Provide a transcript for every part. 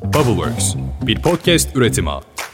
Bubbleworks, bir podcast üretimi.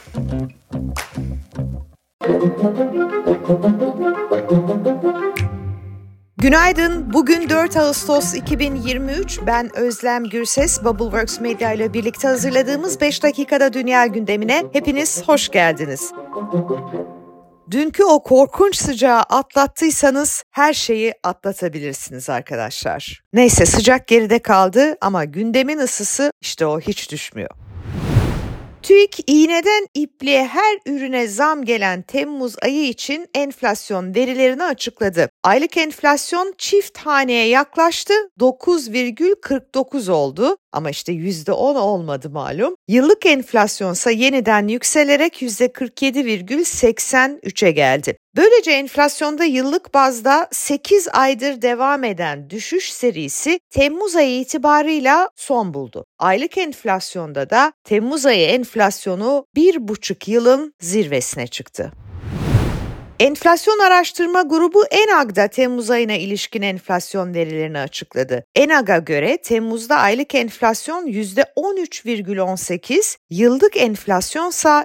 Günaydın. Bugün 4 Ağustos 2023. Ben Özlem Gürses. Bubbleworks Medya ile birlikte hazırladığımız 5 dakikada dünya gündemine hepiniz hoş geldiniz. Dünkü o korkunç sıcağı atlattıysanız her şeyi atlatabilirsiniz arkadaşlar. Neyse, sıcak geride kaldı ama gündemin ısısı işte o hiç düşmüyor. TÜİK iğneden ipliğe her ürüne zam gelen Temmuz ayı için enflasyon verilerini açıkladı. Aylık enflasyon çift haneye yaklaştı, 9,49 oldu ama işte %10 olmadı malum. Yıllık enflasyonsa yeniden yükselerek %47,83'e geldi. Böylece enflasyonda yıllık bazda 8 aydır devam eden düşüş serisi Temmuz ayı itibarıyla son buldu. Aylık enflasyonda da Temmuz ayı enflasyonu 1,5 yılın zirvesine çıktı. Enflasyon Araştırma Grubu ENAG'da Temmuz ayına ilişkin enflasyon verilerini açıkladı. ENAG'a göre Temmuz'da aylık enflasyon %13,18, yıllık enflasyonsa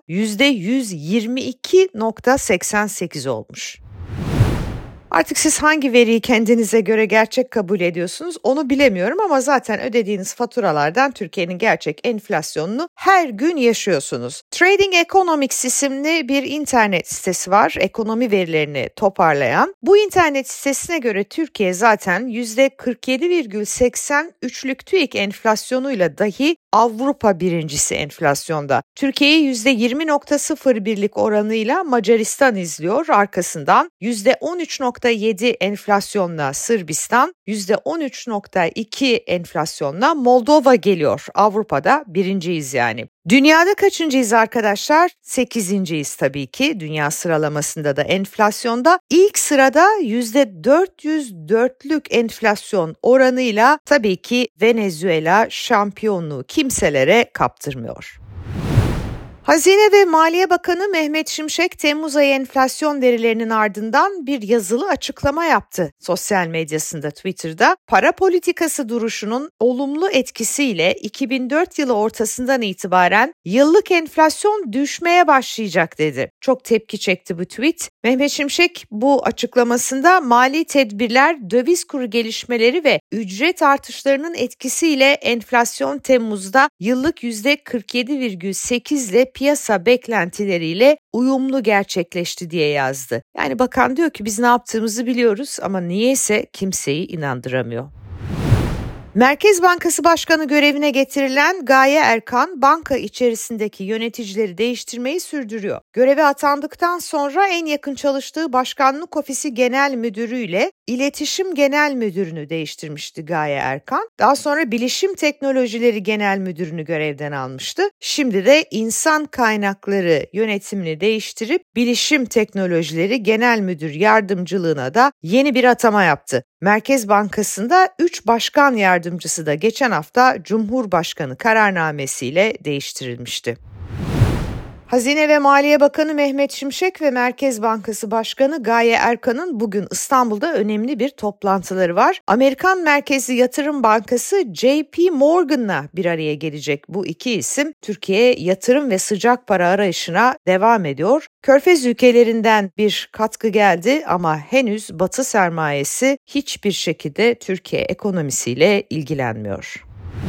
%122,88 olmuş. Artık siz hangi veriyi kendinize göre gerçek kabul ediyorsunuz onu bilemiyorum ama zaten ödediğiniz faturalardan Türkiye'nin gerçek enflasyonunu her gün yaşıyorsunuz. Trading Economics isimli bir internet sitesi var, ekonomi verilerini toparlayan. Bu internet sitesine göre Türkiye zaten %47,83'lük TÜİK enflasyonuyla dahi Avrupa birincisi enflasyonda. Türkiye'yi %20,01'lik oranıyla Macaristan izliyor. Arkasından %13,7 enflasyonla Sırbistan, %13,2 enflasyonla Moldova geliyor. Avrupa'da birinciyiz yani. Dünyada kaçıncıyız arkadaşlar? 8.'yiz tabii ki. Dünya sıralamasında da enflasyonda ilk sırada %404'lük enflasyon oranıyla tabii ki Venezuela şampiyonluğu kimselere kaptırmıyor. Hazine ve Maliye Bakanı Mehmet Şimşek, Temmuz ayı enflasyon verilerinin ardından bir yazılı açıklama yaptı. Sosyal medyasında, Twitter'da para politikası duruşunun olumlu etkisiyle 2004 yılı ortasından itibaren yıllık enflasyon düşmeye başlayacak dedi. Çok tepki çekti bu tweet. Mehmet Şimşek bu açıklamasında mali tedbirler, döviz kuru gelişmeleri ve ücret artışlarının etkisiyle enflasyon Temmuz'da yıllık %47,8 ile piyasa beklentileriyle uyumlu gerçekleşti diye yazdı. Yani bakan diyor ki biz ne yaptığımızı biliyoruz ama niyeyse kimseyi inandıramıyor. Merkez Bankası Başkanı görevine getirilen Gaye Erkan, banka içerisindeki yöneticileri değiştirmeyi sürdürüyor. Göreve atandıktan sonra en yakın çalıştığı Başkanlık Ofisi Genel Müdürü ile İletişim Genel Müdürünü değiştirmişti Gaye Erkan. Daha sonra Bilişim Teknolojileri Genel Müdürünü görevden almıştı. Şimdi de İnsan Kaynakları Yönetimini değiştirip Bilişim Teknolojileri Genel Müdür Yardımcılığına da yeni bir atama yaptı. Merkez Bankası'nda 3 başkan yardımcısı da geçen hafta Cumhurbaşkanı kararnamesiyle değiştirilmişti. Hazine ve Maliye Bakanı Mehmet Şimşek ve Merkez Bankası Başkanı Gaye Erkan'ın bugün İstanbul'da önemli bir toplantıları var. Amerikan merkezli yatırım bankası JP Morgan'la bir araya gelecek bu iki isim. Türkiye'ye yatırım ve sıcak para arayışına devam ediyor. Körfez ülkelerinden bir katkı geldi ama henüz Batı sermayesi hiçbir şekilde Türkiye ekonomisiyle ilgilenmiyor.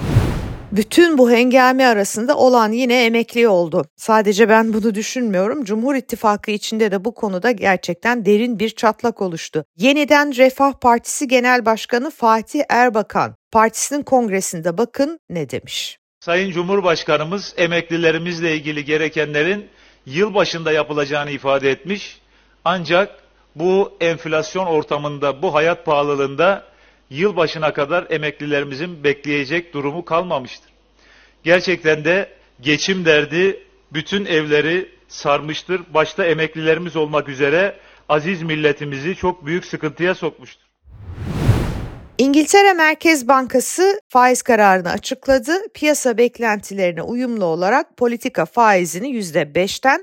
Bütün bu hengame arasında olan yine emekli oldu. Sadece ben bunu düşünmüyorum. Cumhur İttifakı içinde de bu konuda gerçekten derin bir çatlak oluştu. Yeniden Refah Partisi Genel Başkanı Fatih Erbakan, partisinin kongresinde bakın ne demiş. Sayın Cumhurbaşkanımız emeklilerimizle ilgili gerekenlerin yılbaşında yapılacağını ifade etmiş. Ancak bu enflasyon ortamında, bu hayat pahalılığında yılbaşına kadar emeklilerimizin bekleyecek durumu kalmamıştır. Gerçekten de geçim derdi bütün evleri sarmıştır. Başta emeklilerimiz olmak üzere aziz milletimizi çok büyük sıkıntıya sokmuştur. İngiltere Merkez Bankası faiz kararını açıkladı. Piyasa beklentilerine uyumlu olarak politika faizini %5'ten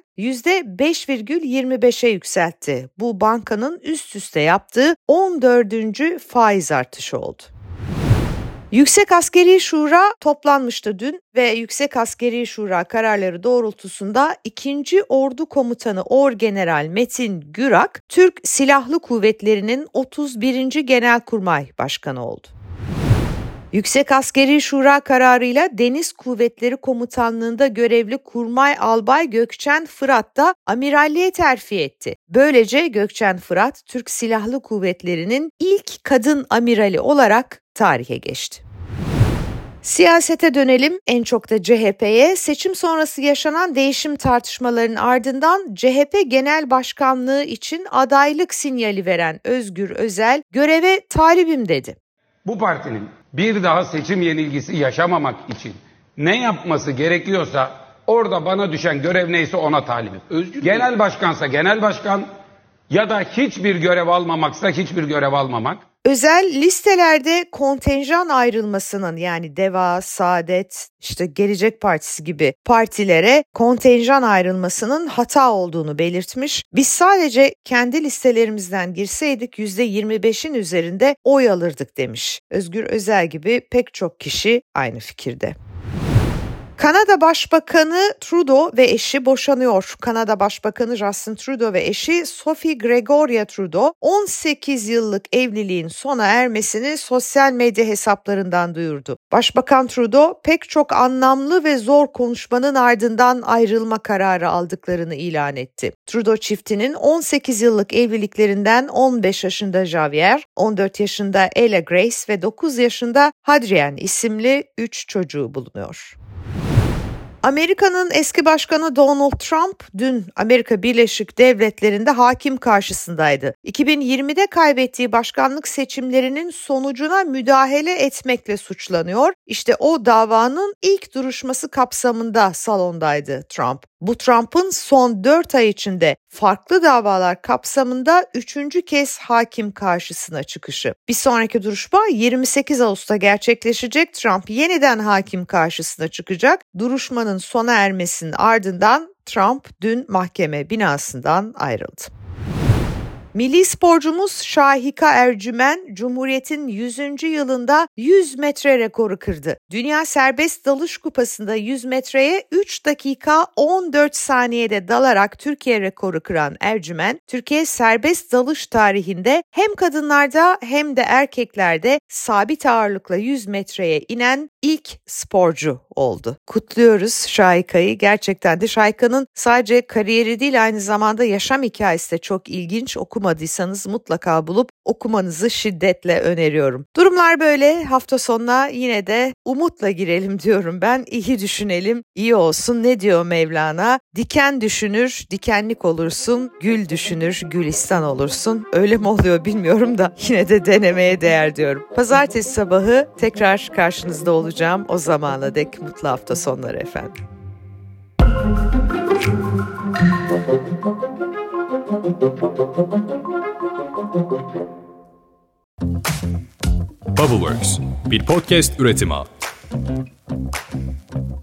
%5,25'e yükseltti. Bu bankanın üst üste yaptığı 14. faiz artışı oldu. Yüksek Askeri Şura toplanmıştı dün ve Yüksek Askeri Şura kararları doğrultusunda 2. Ordu Komutanı Orgeneral Metin Gürak, Türk Silahlı Kuvvetleri'nin 31. Genelkurmay Başkanı oldu. Yüksek Askeri Şura kararıyla Deniz Kuvvetleri Komutanlığı'nda görevli Kurmay Albay Gökçen Fırat da amiralliğe terfi etti. Böylece Gökçen Fırat, Türk Silahlı Kuvvetleri'nin ilk kadın amirali olarak tarihe geçti. Siyasete dönelim, en çok da CHP'ye. Seçim sonrası yaşanan değişim tartışmalarının ardından CHP Genel Başkanlığı için adaylık sinyali veren Özgür Özel, göreve talibim dedi. Bu partinin bir daha seçim yenilgisi yaşamamak için ne yapması gerekiyorsa orada bana düşen görev neyse ona talibim. Genel başkansa genel başkan ya da hiçbir görev almamaksa hiçbir görev almamak. Özel listelerde kontenjan ayrılmasının, yani DEVA, Saadet, Gelecek Partisi gibi partilere kontenjan ayrılmasının hata olduğunu belirtmiş. Biz sadece kendi listelerimizden girseydik %25'in üzerinde oy alırdık demiş. Özgür Özel gibi pek çok kişi aynı fikirde. Kanada Başbakanı Trudeau ve eşi boşanıyor. Kanada Başbakanı Justin Trudeau ve eşi Sophie Gregoria Trudeau 18 yıllık evliliğin sona ermesini sosyal medya hesaplarından duyurdu. Başbakan Trudeau pek çok anlamlı ve zor konuşmanın ardından ayrılma kararı aldıklarını ilan etti. Trudeau çiftinin 18 yıllık evliliklerinden 15 yaşında Javier, 14 yaşında Ella Grace ve 9 yaşında Hadrian isimli 3 çocuğu bulunuyor. Amerika'nın eski başkanı Donald Trump dün Amerika Birleşik Devletleri'nde hakim karşısındaydı. 2020'de kaybettiği başkanlık seçimlerinin sonucuna müdahale etmekle suçlanıyor. İşte o davanın ilk duruşması kapsamında salondaydı Trump. Bu Trump'ın son 4 ay içinde farklı davalar kapsamında 3. kez hakim karşısına çıkışı. Bir sonraki duruşma 28 Ağustos'ta gerçekleşecek. Trump yeniden hakim karşısına çıkacak. Duruşmanın sona ermesinin ardından Trump dün mahkeme binasından ayrıldı. Milli sporcumuz Şahika Ercümen, Cumhuriyet'in 100. yılında 100 metre rekoru kırdı. Dünya Serbest Dalış Kupası'nda 100 metreye 3 dakika 14 saniyede dalarak Türkiye rekoru kıran Ercümen, Türkiye serbest dalış tarihinde hem kadınlarda hem de erkeklerde sabit ağırlıkla 100 metreye inen ilk sporcu oldu. Kutluyoruz Şahika'yı. Gerçekten de Şahika'nın sadece kariyeri değil, aynı zamanda yaşam hikayesi de çok ilginç. Okumadıysanız mutlaka bulup okumanızı şiddetle öneriyorum. Durumlar böyle. Hafta sonuna yine de umutla girelim diyorum ben. İyi düşünelim, iyi olsun. Ne diyor Mevlana? Diken düşünür, dikenlik olursun. Gül düşünür, gülistan olursun. Öyle mi oluyor bilmiyorum da yine de denemeye değer diyorum. Pazartesi sabahı tekrar karşınızda olacağım. O zamana dek mutlu hafta sonları efendim. Bubbleworks, bir podcast üretimi.